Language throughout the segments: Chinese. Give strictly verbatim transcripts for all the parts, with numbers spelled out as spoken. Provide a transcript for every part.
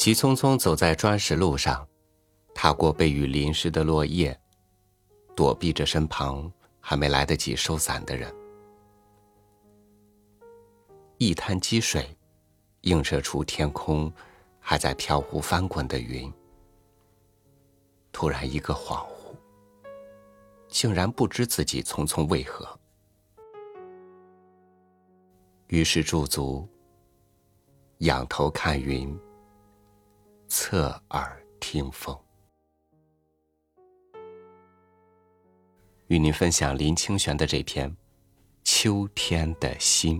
急匆匆走在砖石路上，踏过被雨淋湿的落叶，躲避着身旁还没来得及收伞的人。一滩积水映射出天空还在飘忽翻滚的云。突然一个恍惚，竟然不知自己匆匆为何。于是驻足，仰头看云，侧耳听风。与您分享林清玄的这篇《秋天的心》。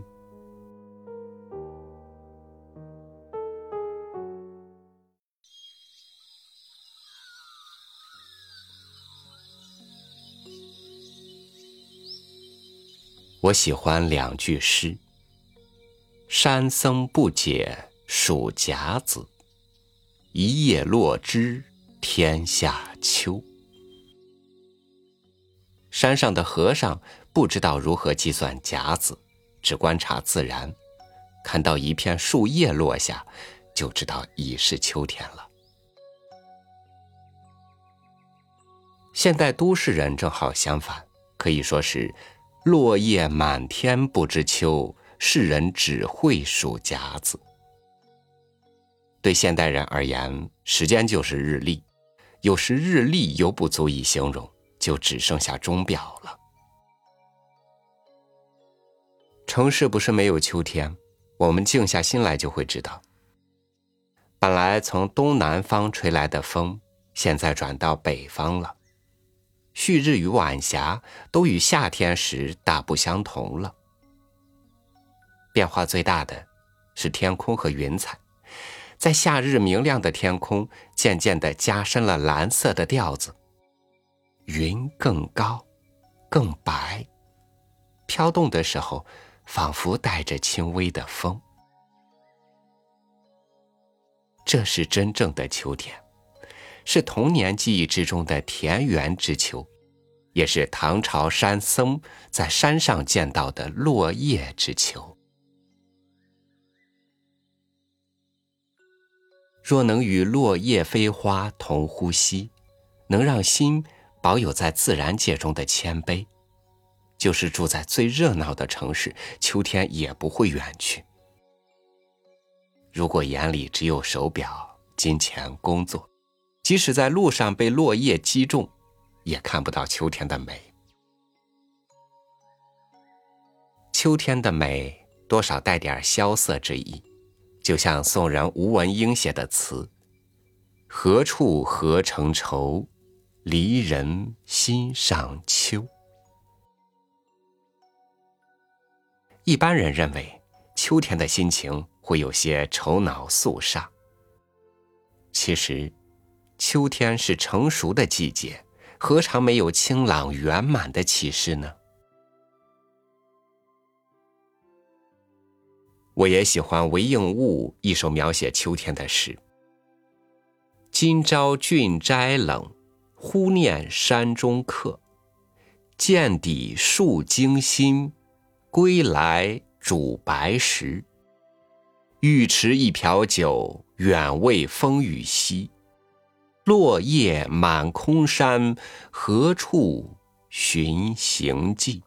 我喜欢两句诗：山僧不解数甲子，一叶落知天下秋。山上的和尚不知道如何计算甲子，只观察自然，看到一片树叶落下，就知道已是秋天了。现代都市人正好相反，可以说是落叶满天不知秋，世人只会数甲子。对现代人而言，时间就是日历，有时日历犹不足以形容，就只剩下钟表了。城市不是没有秋天，我们静下心来就会知道，本来从东南方吹来的风，现在转到北方了。旭日与晚霞都与夏天时大不相同了。变化最大的是天空和云彩，在夏日明亮的天空渐渐地加深了蓝色的调子，云更高更白，飘动的时候仿佛带着轻微的风。这是真正的秋天，是童年记忆之中的田园之秋，也是唐朝山僧在山上见到的落叶之秋。若能与落叶飞花同呼吸，能让心保有在自然界中的谦卑，就是住在最热闹的城市，秋天也不会远去。如果眼里只有手表、金钱、工作，即使在路上被落叶击中，也看不到秋天的美。秋天的美多少带点萧瑟之意，就像宋人吴文英写的词：何处何成愁，离人心上秋。一般人认为秋天的心情会有些愁恼肃杀，其实秋天是成熟的季节，何尝没有清朗圆满的气势呢？我也喜欢韦应物一首描写秋天的诗：今朝郡斋冷，忽念山中客。见底数惊心，归来煮白石。欲持一瓢酒，远慰风雨夕。落叶满空山，何处寻行迹？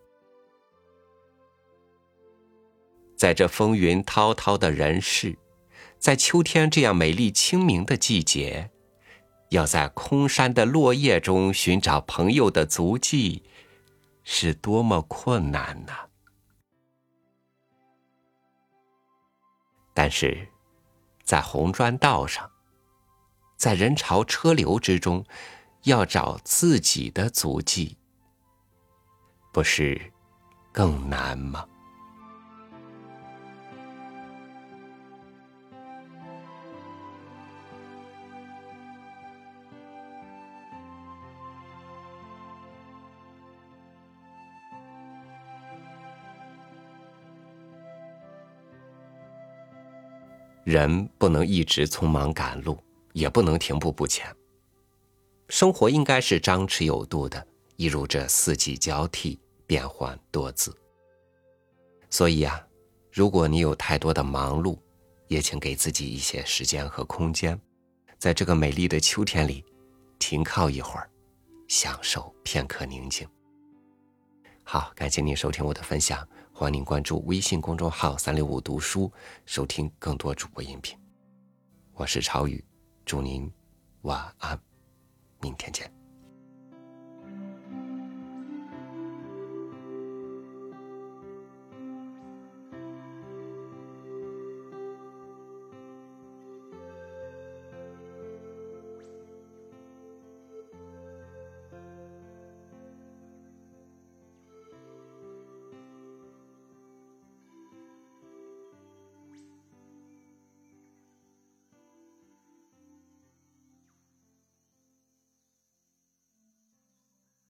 在这风云滔滔的人世，在秋天这样美丽清明的季节，要在空山的落叶中寻找朋友的足迹，是多么困难呢？但是在红砖道上，在人潮车流之中，要找自己的足迹，不是更难吗？人不能一直匆忙赶路，也不能停步不前。生活应该是张弛有度的，一如这四季交替，变幻多姿。所以啊，如果你有太多的忙碌， 也请给自己一些时间和空间，在这个美丽的秋天里停靠一会儿，享受片刻宁静。好，感谢您收听我的分享，欢迎您关注微信公众号三六五读书，收听更多主播音频。我是朝雨，祝您晚安，明天见。